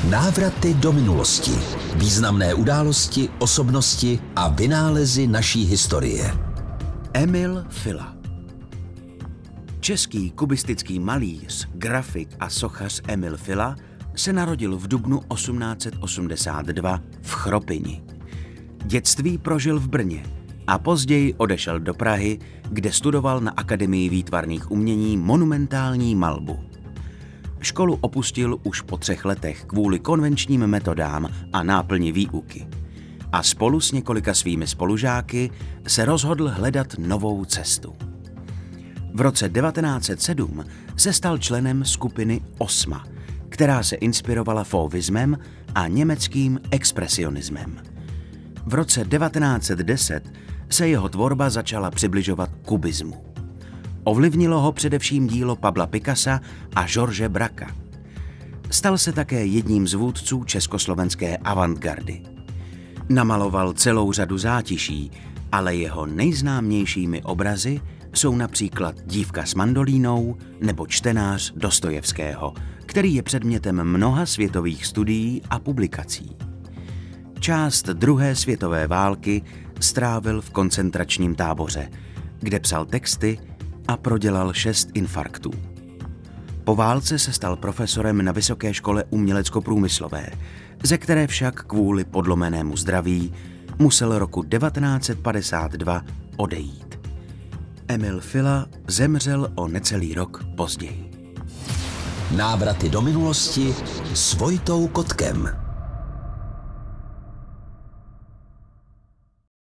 Návraty do minulosti. Významné události, osobnosti a vynálezy naší historie. Emil Fila. Český kubistický malíř, grafik a sochař Emil Fila se narodil v dubnu 1882 v Chropini. Dětství prožil v Brně a později odešel do Prahy, kde studoval na Akademii výtvarných umění monumentální malbu. Školu opustil už po 3 letech kvůli konvenčním metodám a náplni výuky. A spolu s několika svými spolužáky se rozhodl hledat novou cestu. V roce 1907 se stal členem skupiny Osma, která se inspirovala fauvismem a německým expresionismem. V roce 1910 se jeho tvorba začala přibližovat kubismu. Ovlivnilo ho především dílo Pabla Picassa a George Bracka. Stal se také jedním z vůdců československé avantgardy. Namaloval celou řadu zátiší, ale jeho nejznámějšími obrazy jsou například Dívka s mandolínou nebo Čtenář Dostojevského, který je předmětem mnoha světových studií a publikací. Část druhé světové války strávil v koncentračním táboře, kde psal texty a prodělal 6 infarktů. Po válce se stal profesorem na Vysoké škole umělecko-průmyslové, ze které však kvůli podlomenému zdraví musel roku 1952 odejít. Emil Fila zemřel o necelý rok později. Návraty do minulosti s Vojtou Kotkem.